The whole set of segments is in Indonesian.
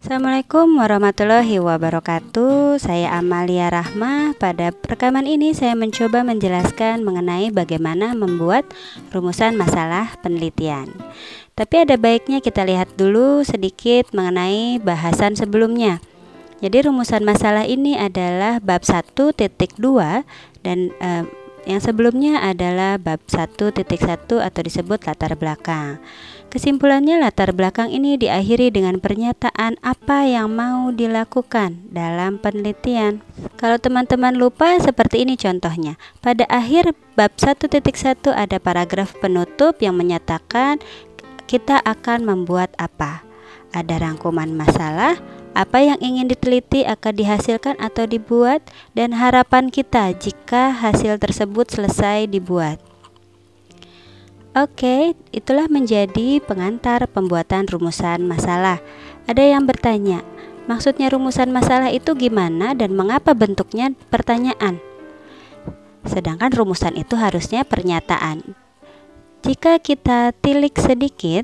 Assalamualaikum warahmatullahi wabarakatuh. Saya Amalia Rahma. Pada rekaman ini saya mencoba menjelaskan mengenai bagaimana membuat rumusan masalah penelitian. Tapi ada baiknya kita lihat dulu sedikit mengenai bahasan sebelumnya. Jadi rumusan masalah ini adalah bab 1.2 dan yang sebelumnya adalah bab 1.1 atau disebut latar belakang. Kesimpulannya, latar belakang ini diakhiri dengan pernyataan apa yang mau dilakukan dalam penelitian. Kalau teman-teman lupa, seperti ini contohnya. Pada akhir bab 1.1 ada paragraf penutup yang menyatakan kita akan membuat apa. Ada rangkuman masalah, apa yang ingin diteliti akan dihasilkan atau dibuat, dan harapan kita jika hasil tersebut selesai dibuat. Oke, itulah menjadi pengantar pembuatan rumusan masalah. Ada yang bertanya, maksudnya rumusan masalah itu gimana dan mengapa bentuknya pertanyaan? Sedangkan rumusan itu harusnya pernyataan. Jika kita tilik sedikit,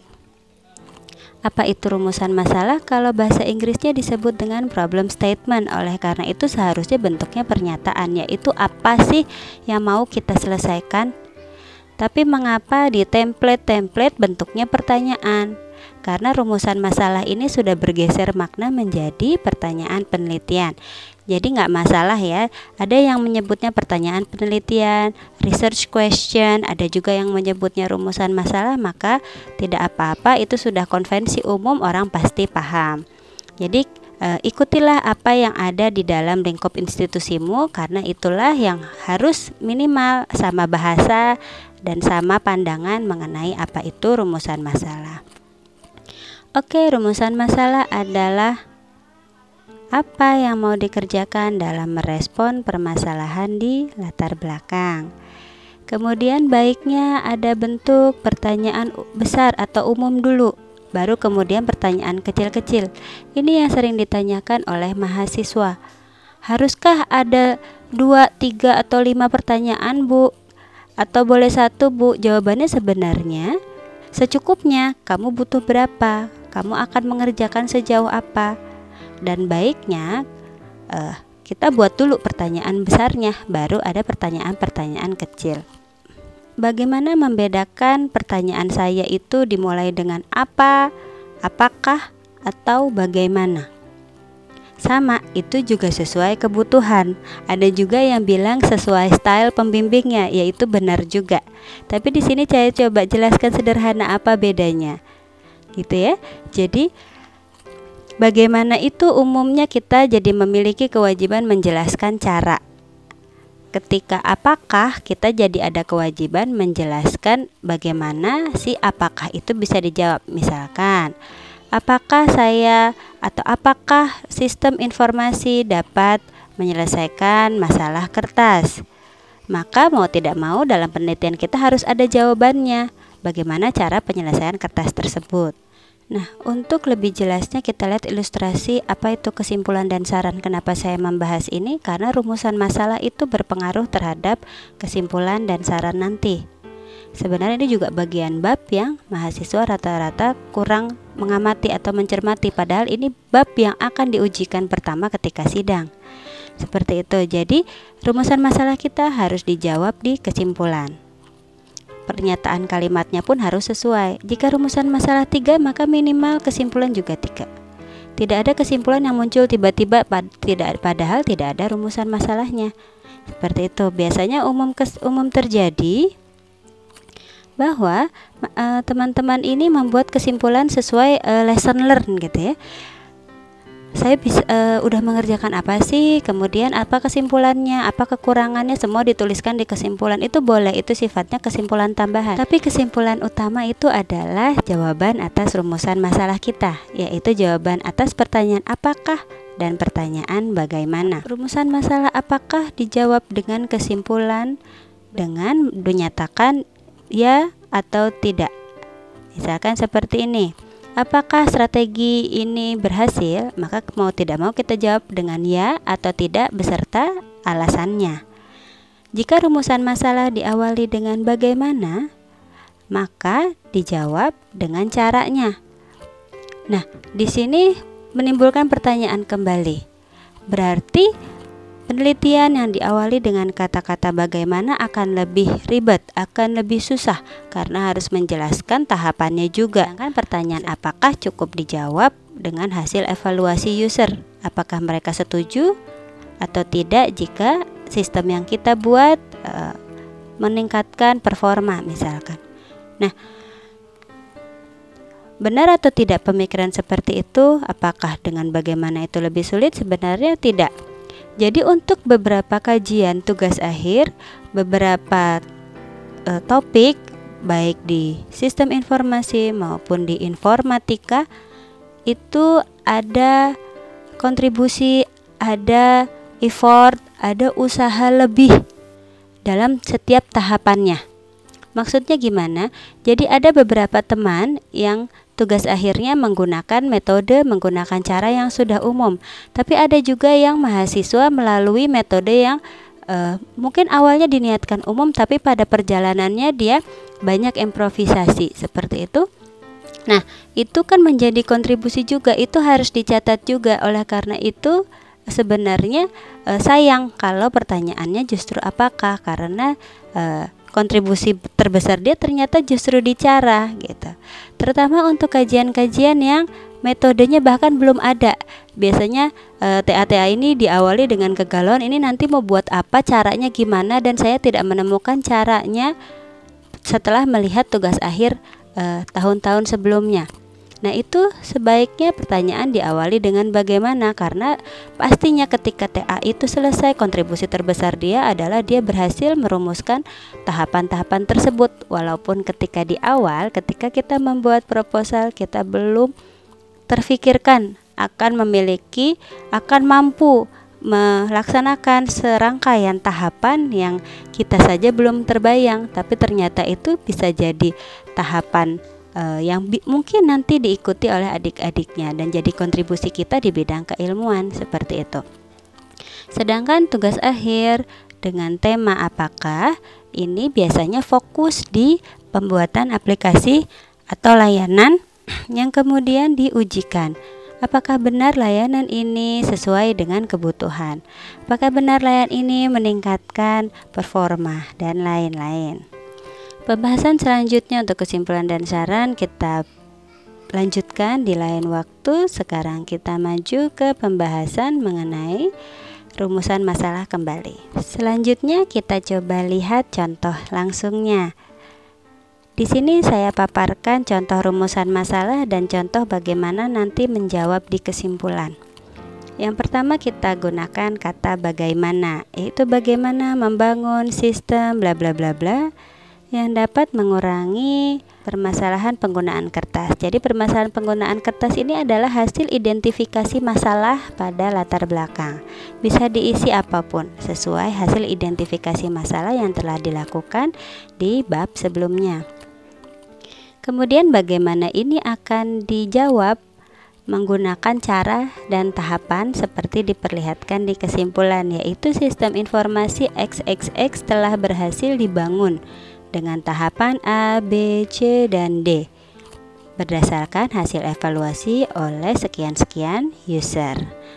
apa itu rumusan masalah? Kalau bahasa Inggrisnya disebut dengan problem statement. Oleh karena itu seharusnya bentuknya pernyataan, yaitu apa sih yang mau kita selesaikan. Tapi mengapa di template bentuknya pertanyaan? Karena rumusan masalah ini sudah bergeser makna menjadi pertanyaan penelitian. Jadi nggak masalah ya. Ada yang menyebutnya pertanyaan penelitian, research question, ada juga yang menyebutnya rumusan masalah, maka tidak apa-apa, itu sudah konvensi umum, orang pasti paham. Jadi ikutilah apa yang ada di dalam lingkup institusimu, karena itulah yang harus minimal sama bahasa dan sama pandangan mengenai apa itu rumusan masalah. Oke, rumusan masalah adalah apa yang mau dikerjakan dalam merespon permasalahan di latar belakang. Kemudian baiknya ada bentuk pertanyaan besar atau umum dulu, baru kemudian pertanyaan kecil-kecil. Ini yang sering ditanyakan oleh mahasiswa. Haruskah ada 2, 3, atau 5 pertanyaan, Bu? Atau boleh 1, Bu? Jawabannya sebenarnya secukupnya. Kamu butuh berapa? Kamu akan mengerjakan sejauh apa? Dan baiknya kita buat dulu pertanyaan besarnya, baru ada pertanyaan-pertanyaan kecil. Bagaimana membedakan pertanyaan saya itu dimulai dengan apa, apakah, atau bagaimana? Sama, itu juga sesuai kebutuhan. Ada juga yang bilang sesuai style pembimbingnya, yaitu benar juga. Tapi di sini saya coba jelaskan sederhana apa bedanya. Gitu ya. Jadi bagaimana itu umumnya kita jadi memiliki kewajiban menjelaskan cara. Ketika apakah, kita jadi ada kewajiban menjelaskan bagaimana si apakah itu bisa dijawab. Misalkan, apakah saya atau apakah sistem informasi dapat menyelesaikan masalah kertas? Maka mau tidak mau dalam penelitian kita harus ada jawabannya. Bagaimana cara penyelesaian kertas tersebut? Nah, untuk lebih jelasnya kita lihat ilustrasi apa itu kesimpulan dan saran. Kenapa saya membahas ini? Karena rumusan masalah itu berpengaruh terhadap kesimpulan dan saran nanti. Sebenarnya ini juga bagian bab yang mahasiswa rata-rata kurang mengamati atau mencermati, padahal ini bab yang akan diujikan pertama ketika sidang. Seperti itu. Jadi rumusan masalah kita harus dijawab di kesimpulan. Pernyataan kalimatnya pun harus sesuai. Jika rumusan masalah 3, maka minimal kesimpulan juga 3. Tidak ada kesimpulan yang muncul tiba-tiba padahal tidak ada rumusan masalahnya. Seperti itu. Biasanya umum terjadi bahwa teman-teman ini membuat kesimpulan sesuai lesson learn gitu ya. Saya udah mengerjakan apa sih, kemudian apa kesimpulannya, apa kekurangannya, semua dituliskan di kesimpulan. Itu boleh, itu sifatnya kesimpulan tambahan. Tapi kesimpulan utama itu adalah jawaban atas rumusan masalah kita, yaitu jawaban atas pertanyaan apakah dan pertanyaan bagaimana. Rumusan masalah apakah dijawab dengan kesimpulan dengan dinyatakan ya atau tidak. Misalkan seperti ini. Apakah strategi ini berhasil? Maka mau tidak mau kita jawab dengan ya atau tidak beserta alasannya. Jika rumusan masalah diawali dengan bagaimana, maka dijawab dengan caranya. Nah, di sini menimbulkan pertanyaan kembali. Berarti penelitian yang diawali dengan kata-kata bagaimana akan lebih ribet, akan lebih susah karena harus menjelaskan tahapannya juga. Kan pertanyaan apakah cukup dijawab dengan hasil evaluasi user. Apakah mereka setuju atau tidak jika sistem yang kita buat meningkatkan performa misalkan. Nah, benar atau tidak pemikiran seperti itu? Apakah dengan bagaimana itu lebih sulit? Sebenarnya tidak. Jadi untuk beberapa kajian tugas akhir, beberapa topik baik di sistem informasi maupun di informatika itu ada kontribusi, ada effort, ada usaha lebih dalam setiap tahapannya. Maksudnya gimana? Jadi ada beberapa teman yang tugas akhirnya menggunakan metode, menggunakan cara yang sudah umum. Tapi ada juga yang mahasiswa melalui metode yang mungkin awalnya diniatkan umum, tapi pada perjalanannya dia banyak improvisasi seperti itu. Nah, itu kan menjadi kontribusi juga, itu harus dicatat juga. Oleh karena itu sebenarnya sayang kalau pertanyaannya justru apakah, karena kontribusi terbesar dia ternyata justru di cara gitu. Terutama untuk kajian-kajian yang metodenya bahkan belum ada. Biasanya TA-TA ini diawali dengan kegalauan, ini nanti mau buat apa, caranya gimana, dan saya tidak menemukan caranya setelah melihat tugas akhir tahun-tahun sebelumnya. Nah, itu sebaiknya pertanyaan diawali dengan bagaimana, karena pastinya ketika TA itu selesai, kontribusi terbesar dia adalah dia berhasil merumuskan tahapan-tahapan tersebut. Walaupun ketika di awal, ketika kita membuat proposal, kita belum terfikirkan akan mampu melaksanakan serangkaian tahapan yang kita saja belum terbayang, tapi ternyata itu bisa jadi tahapan yang mungkin nanti diikuti oleh adik-adiknya dan jadi kontribusi kita di bidang keilmuan seperti itu. Sedangkan tugas akhir dengan tema apakah ini biasanya fokus di pembuatan aplikasi atau layanan yang kemudian diujikan. Apakah benar layanan ini sesuai dengan kebutuhan? Apakah benar layanan ini meningkatkan performa dan lain-lain. Pembahasan selanjutnya untuk kesimpulan dan saran kita lanjutkan di lain waktu. Sekarang kita maju ke pembahasan mengenai rumusan masalah kembali. Selanjutnya kita coba lihat contoh langsungnya. Di sini saya paparkan contoh rumusan masalah dan contoh bagaimana nanti menjawab di kesimpulan. Yang pertama kita gunakan kata bagaimana, yaitu bagaimana membangun sistem bla bla bla bla yang dapat mengurangi permasalahan penggunaan kertas. Jadi permasalahan penggunaan kertas ini adalah hasil identifikasi masalah pada latar belakang. Bisa diisi apapun sesuai hasil identifikasi masalah yang telah dilakukan di bab sebelumnya. Kemudian bagaimana ini akan dijawab menggunakan cara dan tahapan seperti diperlihatkan di kesimpulan, yaitu sistem informasi XXX telah berhasil dibangun dengan tahapan A, B, C, dan D berdasarkan hasil evaluasi oleh sekian-sekian user.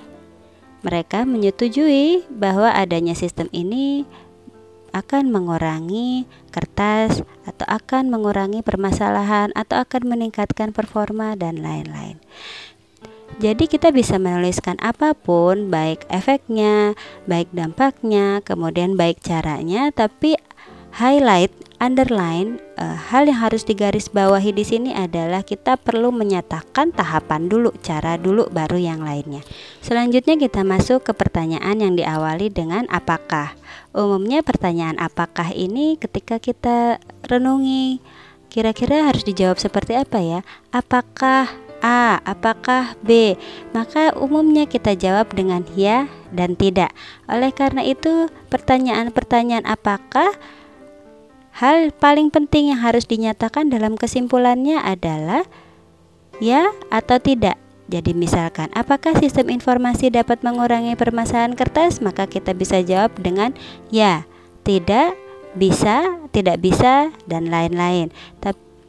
Mereka menyetujui bahwa adanya sistem ini akan mengurangi kertas atau akan mengurangi permasalahan atau akan meningkatkan performa dan lain-lain. Jadi kita bisa menuliskan apapun, baik efeknya, baik dampaknya, kemudian baik caranya, tapi highlight, underline, hal yang harus digarisbawahi di sini adalah kita perlu menyatakan tahapan dulu, cara dulu, baru yang lainnya. Selanjutnya kita masuk ke pertanyaan yang diawali dengan apakah. Umumnya pertanyaan apakah ini ketika kita renungi, kira-kira harus dijawab seperti apa ya? Apakah A, apakah B? Maka umumnya kita jawab dengan ya dan tidak. Oleh karena itu pertanyaan-pertanyaan apakah, hal paling penting yang harus dinyatakan dalam kesimpulannya adalah ya atau tidak. Jadi misalkan apakah sistem informasi dapat mengurangi permasalahan kertas, maka kita bisa jawab dengan ya, tidak bisa, dan lain-lain.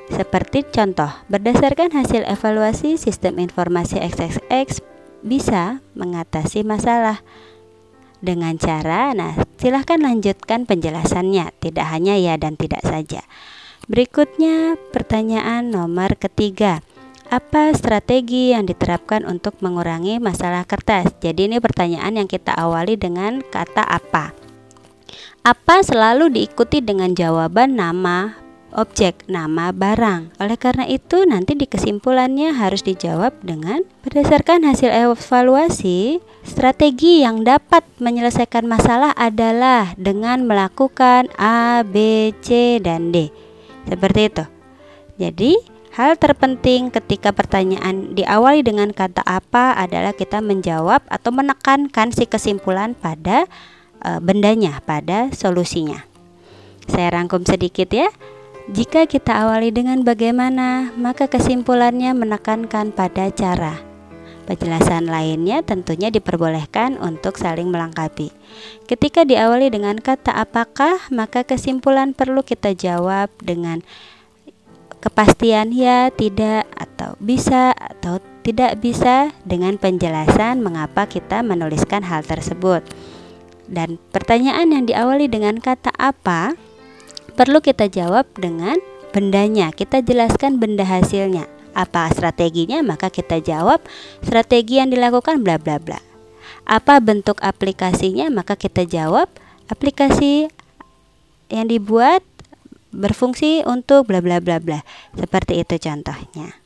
Seperti contoh, berdasarkan hasil evaluasi sistem informasi XXX bisa mengatasi masalah dengan cara, silahkan lanjutkan penjelasannya, tidak hanya ya dan tidak saja. Berikutnya pertanyaan nomor ketiga, apa strategi yang diterapkan untuk mengurangi masalah kertas? Jadi ini pertanyaan yang kita awali dengan kata apa. Apa selalu diikuti dengan jawaban nama objek, nama barang. Oleh karena itu nanti di kesimpulannya harus dijawab dengan berdasarkan hasil evaluasi, strategi yang dapat menyelesaikan masalah adalah dengan melakukan A, B, C, dan D. Seperti itu. Jadi hal terpenting ketika pertanyaan diawali dengan kata apa adalah kita menjawab atau menekankan si kesimpulan pada bendanya, pada solusinya. Saya rangkum sedikit ya. Jika kita awali dengan bagaimana, maka kesimpulannya menekankan pada cara. Penjelasan lainnya tentunya diperbolehkan untuk saling melengkapi. Ketika diawali dengan kata apakah, maka kesimpulan perlu kita jawab dengan kepastian ya, tidak, atau bisa, atau tidak bisa dengan penjelasan mengapa kita menuliskan hal tersebut. Dan pertanyaan yang diawali dengan kata apa perlu kita jawab dengan bendanya. Kita jelaskan benda hasilnya. Apa strateginya? Maka kita jawab strategi yang dilakukan bla bla bla. Apa bentuk aplikasinya? Maka kita jawab aplikasi yang dibuat berfungsi untuk bla bla bla bla. Seperti itu contohnya.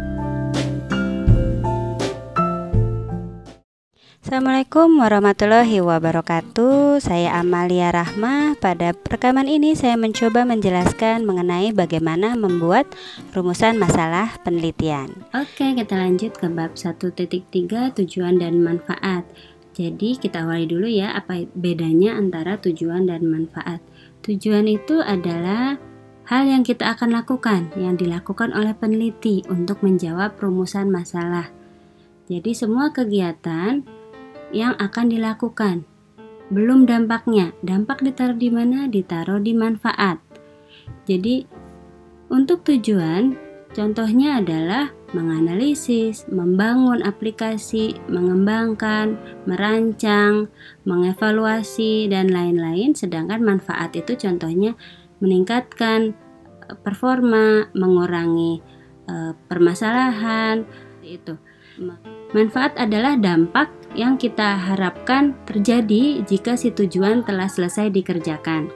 Assalamualaikum warahmatullahi wabarakatuh. Saya Amalia Rahmah. Pada rekaman ini saya mencoba menjelaskan mengenai bagaimana membuat rumusan masalah penelitian. Oke, kita lanjut ke bab 1.3 tujuan dan manfaat. Jadi kita awali dulu ya, apa bedanya antara tujuan dan manfaat. Tujuan itu adalah hal yang kita akan lakukan, yang dilakukan oleh peneliti untuk menjawab rumusan masalah. Jadi semua kegiatan yang akan dilakukan. Belum dampaknya. Dampak ditaruh di mana? Ditaruh di manfaat. Jadi untuk tujuan, contohnya adalah menganalisis, membangun aplikasi, mengembangkan, merancang, mengevaluasi, dan lain-lain. Sedangkan manfaat itu contohnya meningkatkan performa, mengurangi permasalahan. Itu. Manfaat adalah dampak yang kita harapkan terjadi jika si tujuan telah selesai dikerjakan.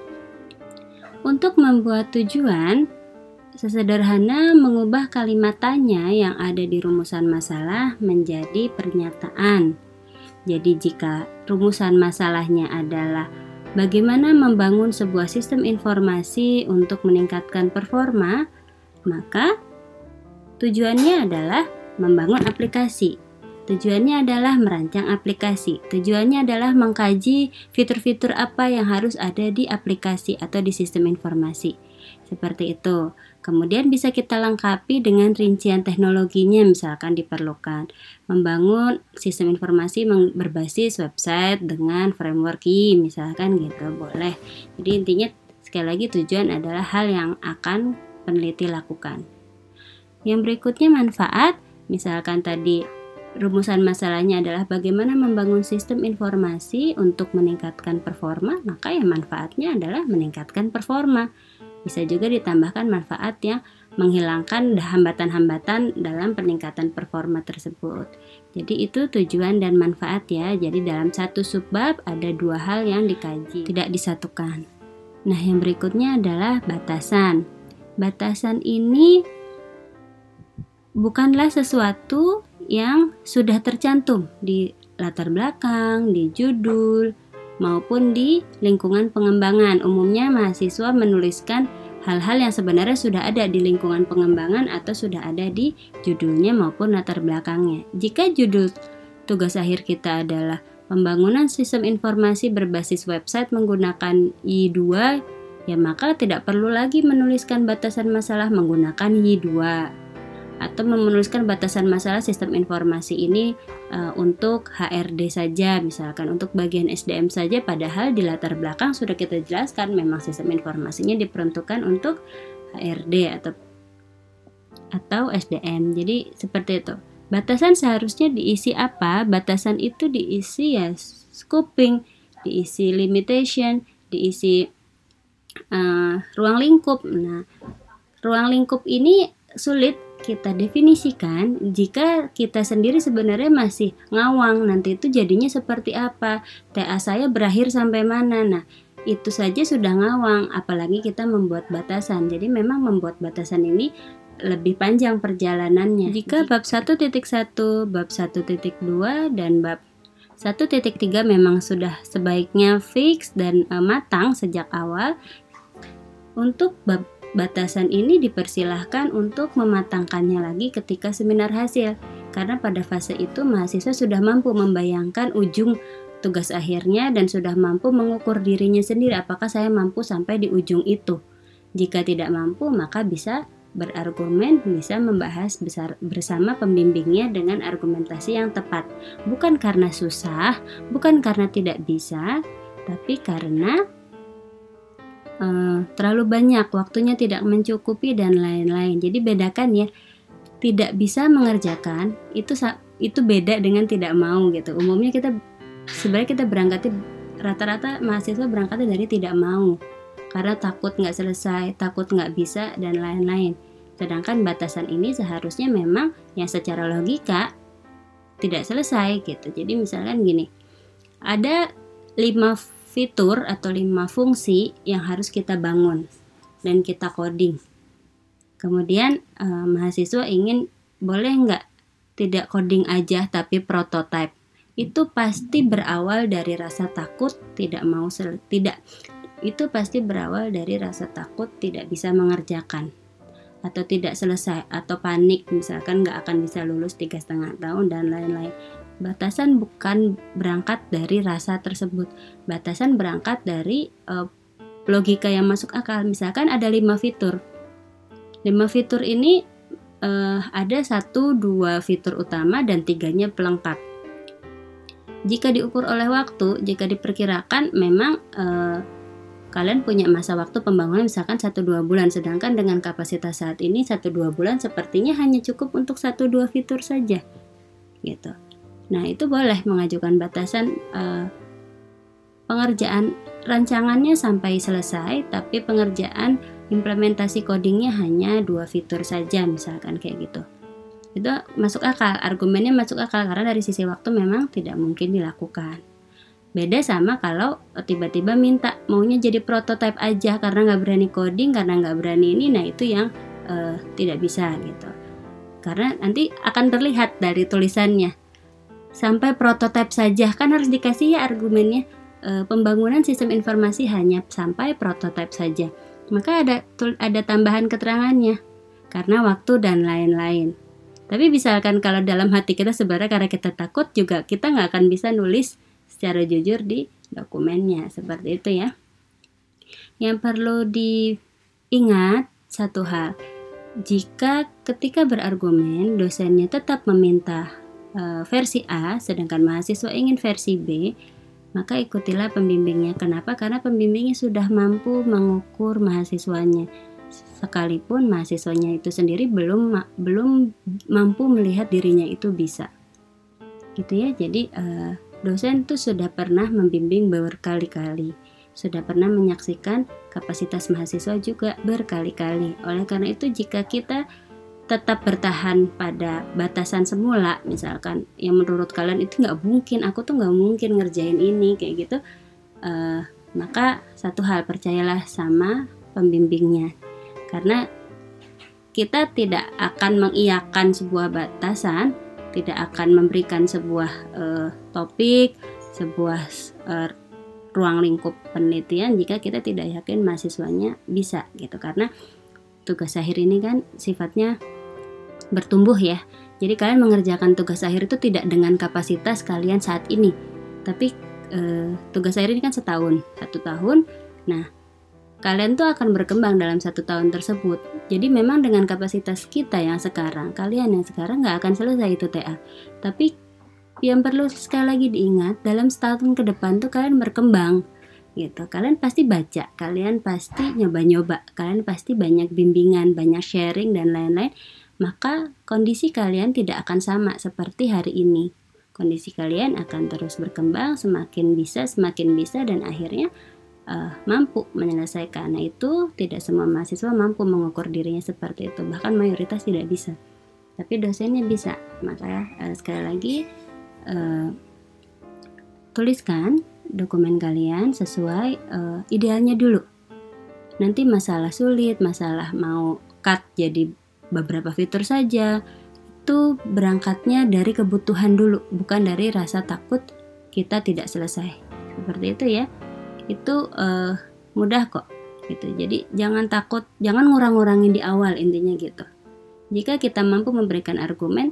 Untuk membuat tujuan, sesederhana mengubah kalimat tanya yang ada di rumusan masalah menjadi pernyataan. Jadi jika rumusan masalahnya adalah bagaimana membangun sebuah sistem informasi untuk meningkatkan performa, maka tujuannya adalah membangun aplikasi. Tujuannya adalah merancang aplikasi. Tujuannya adalah mengkaji fitur-fitur apa yang harus ada di aplikasi atau di sistem informasi. Seperti itu. Kemudian bisa kita lengkapi dengan rincian teknologinya, misalkan diperlukan membangun sistem informasi berbasis website dengan framework I, misalkan gitu, boleh. Jadi intinya sekali lagi tujuan adalah hal yang akan peneliti lakukan. Yang berikutnya manfaat, misalkan tadi rumusan masalahnya adalah bagaimana membangun sistem informasi untuk meningkatkan performa, maka yang manfaatnya adalah meningkatkan performa. Bisa juga ditambahkan manfaat yang menghilangkan hambatan-hambatan dalam peningkatan performa tersebut. Jadi itu tujuan dan manfaat ya. Jadi dalam satu subbab ada dua hal yang dikaji, tidak disatukan. Nah, yang berikutnya adalah batasan. Batasan ini bukanlah sesuatu yang sudah tercantum di latar belakang, di judul, maupun di lingkungan pengembangan. Umumnya mahasiswa menuliskan hal-hal yang sebenarnya sudah ada di lingkungan pengembangan atau sudah ada di judulnya maupun latar belakangnya. Jika judul tugas akhir kita adalah pembangunan sistem informasi berbasis website menggunakan Y2, ya maka tidak perlu lagi menuliskan batasan masalah menggunakan Y2. Atau menuliskan batasan masalah sistem informasi ini untuk HRD saja, misalkan untuk bagian SDM saja, padahal di latar belakang sudah kita jelaskan memang sistem informasinya diperuntukkan untuk HRD atau atau SDM. Jadi seperti itu. Batasan seharusnya diisi apa? Batasan itu diisi ya scoping, diisi limitation, diisi ruang lingkup. Nah, ruang lingkup ini sulit kita definisikan jika kita sendiri sebenarnya masih ngawang. Nanti itu jadinya seperti apa? TA saya berakhir sampai mana? Nah, itu saja sudah ngawang, apalagi kita membuat batasan. Jadi memang membuat batasan ini lebih panjang perjalanannya. Jika bab 1.1, bab 1.2 dan bab 1.3 memang sudah sebaiknya fix dan matang sejak awal, untuk bab batasan ini dipersilahkan untuk mematangkannya lagi ketika seminar hasil, karena pada fase itu mahasiswa sudah mampu membayangkan ujung tugas akhirnya dan sudah mampu mengukur dirinya sendiri apakah saya mampu sampai di ujung itu. Jika tidak mampu, maka bisa berargumen, bisa membahas bersama pembimbingnya dengan argumentasi yang tepat. Bukan karena susah, bukan karena tidak bisa, tapi karena terlalu banyak, waktunya tidak mencukupi dan lain-lain. Jadi bedakan ya, tidak bisa mengerjakan itu beda dengan tidak mau gitu. Umumnya kita berangkatnya, rata-rata mahasiswa berangkatnya dari tidak mau karena takut nggak selesai, takut nggak bisa dan lain-lain. Sedangkan batasan ini seharusnya memang yang secara logika tidak selesai gitu. Jadi misalkan gini, ada 5 fitur atau 5 fungsi yang harus kita bangun dan kita coding. Kemudian mahasiswa ingin, boleh nggak tidak coding aja tapi prototype. Itu pasti berawal dari rasa takut, itu pasti berawal dari rasa takut tidak bisa mengerjakan atau tidak selesai atau panik, misalkan nggak akan bisa lulus 3,5 tahun dan lain-lain. Batasan bukan berangkat dari rasa tersebut. Batasan berangkat dari logika yang masuk akal. Misalkan ada 5 fitur. 5 fitur ini ada 1-2 fitur utama dan 3-nya pelengkap. Jika diukur oleh waktu, jika diperkirakan memang kalian punya masa waktu pembangunan misalkan 1-2 bulan. Sedangkan dengan kapasitas saat ini 1-2 bulan sepertinya hanya cukup untuk 1-2 fitur saja. Gitu. Nah, itu boleh mengajukan batasan pengerjaan rancangannya sampai selesai, tapi pengerjaan implementasi codingnya hanya 2 fitur saja, misalkan kayak gitu. Itu masuk akal, argumennya masuk akal karena dari sisi waktu memang tidak mungkin dilakukan. Beda sama kalau tiba-tiba minta maunya jadi prototype aja karena nggak berani coding, karena nggak berani ini, nah itu yang tidak bisa gitu. Karena nanti akan terlihat dari tulisannya. Sampai prototipe saja, kan harus dikasih ya argumennya, pembangunan sistem informasi hanya sampai prototipe saja. Maka ada tambahan keterangannya karena waktu dan lain-lain. Tapi misalkan kalau dalam hati kita sebenarnya karena kita takut juga, kita nggak akan bisa nulis secara jujur di dokumennya, seperti itu ya. Yang perlu diingat satu hal, jika ketika berargumen dosennya tetap meminta versi A, sedangkan mahasiswa ingin versi B, maka ikutilah pembimbingnya. Kenapa? Karena pembimbingnya sudah mampu mengukur mahasiswanya, sekalipun mahasiswanya itu sendiri belum mampu melihat dirinya itu bisa. Gitu ya. Jadi dosen itu sudah pernah membimbing berkali-kali, sudah pernah menyaksikan kapasitas mahasiswa juga berkali-kali. Oleh karena itu, jika kita tetap bertahan pada batasan semula, misalkan yang menurut kalian itu nggak mungkin, aku tuh nggak mungkin ngerjain ini kayak gitu, maka satu hal, percayalah sama pembimbingnya, karena kita tidak akan mengiyakan sebuah batasan, tidak akan memberikan sebuah topik, sebuah ruang lingkup penelitian jika kita tidak yakin mahasiswanya bisa gitu. Karena tugas akhir ini kan sifatnya bertumbuh ya. Jadi kalian mengerjakan tugas akhir itu tidak dengan kapasitas kalian saat ini, tapi tugas akhir ini kan 1 tahun. Nah, kalian tuh akan berkembang dalam 1 tahun tersebut. Jadi memang dengan kapasitas kita yang sekarang, kalian yang sekarang nggak akan selesai itu TA. Tapi yang perlu sekali lagi diingat, dalam 1 tahun ke depan tuh kalian berkembang gitu. Kalian pasti baca, kalian pasti nyoba-nyoba, kalian pasti banyak bimbingan, banyak sharing dan lain-lain. maka kondisi kalian tidak akan sama seperti hari ini. Kondisi kalian akan terus berkembang, semakin bisa, dan akhirnya mampu menyelesaikan. Nah, itu tidak semua mahasiswa mampu mengukur dirinya seperti itu, bahkan mayoritas tidak bisa. Tapi dosennya bisa. Maka sekali lagi tuliskan dokumen kalian sesuai idealnya dulu. Nanti masalah sulit, masalah mau cut jadi beberapa fitur saja, itu berangkatnya dari kebutuhan dulu, bukan dari rasa takut kita tidak selesai. Seperti itu ya. Itu mudah kok gitu. Jadi jangan takut, jangan ngurang-ngurangin di awal, intinya gitu. Jika kita mampu memberikan argumen,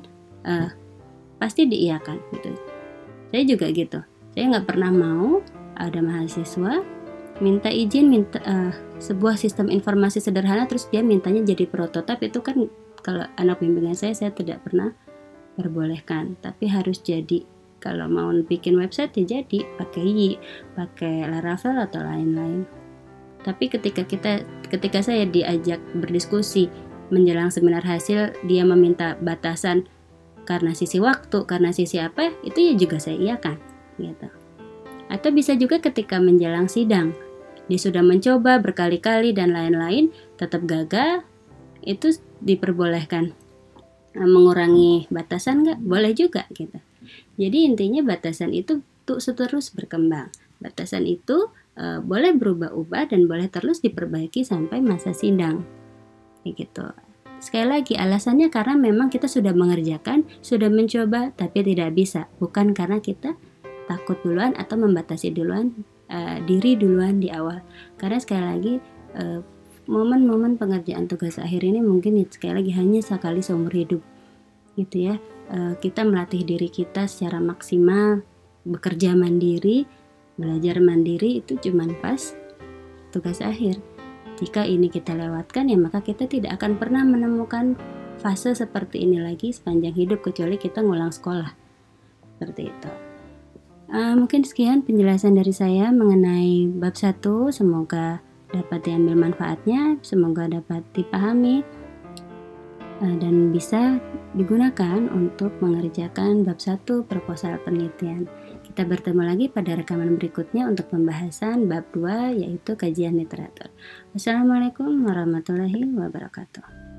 pasti diiyakan gitu. Saya juga gitu. Saya nggak pernah mau ada mahasiswa minta izin, sebuah sistem informasi sederhana terus dia mintanya jadi prototipe. Itu kan kalau anak bimbingan saya tidak pernah perbolehkan, tapi harus jadi. Kalau mau bikin website ya jadi pakai Laravel atau lain-lain. Tapi ketika saya diajak berdiskusi menjelang seminar hasil, dia meminta batasan karena sisi waktu, karena sisi apa, itu ya juga saya iakan gitu. Atau bisa juga ketika menjelang sidang, dia sudah mencoba berkali-kali dan lain-lain, tetap gagal, itu diperbolehkan. Mengurangi batasan nggak? Boleh juga gitu. Jadi intinya batasan itu terus berkembang. Batasan itu boleh berubah-ubah dan boleh terus diperbaiki sampai masa sidang. Kayak gitu. Sekali lagi alasannya karena memang kita sudah mengerjakan, sudah mencoba tapi tidak bisa. Bukan karena kita takut duluan atau membatasi diri duluan di awal. Karena sekali lagi momen-momen pengerjaan tugas akhir ini mungkin sekali lagi hanya sekali seumur hidup gitu ya. Kita melatih diri kita secara maksimal, bekerja mandiri, belajar mandiri, itu cuman pas tugas akhir. Jika ini kita lewatkan ya maka kita tidak akan pernah menemukan fase seperti ini lagi sepanjang hidup, kecuali kita ngulang sekolah. Seperti itu. Mungkin sekian penjelasan dari saya mengenai bab 1. Semoga dapat diambil manfaatnya, semoga dapat dipahami dan bisa digunakan untuk mengerjakan bab 1 proposal penelitian. Kita bertemu lagi pada rekaman berikutnya untuk pembahasan bab 2, yaitu kajian literatur. Wassalamualaikum warahmatullahi wabarakatuh.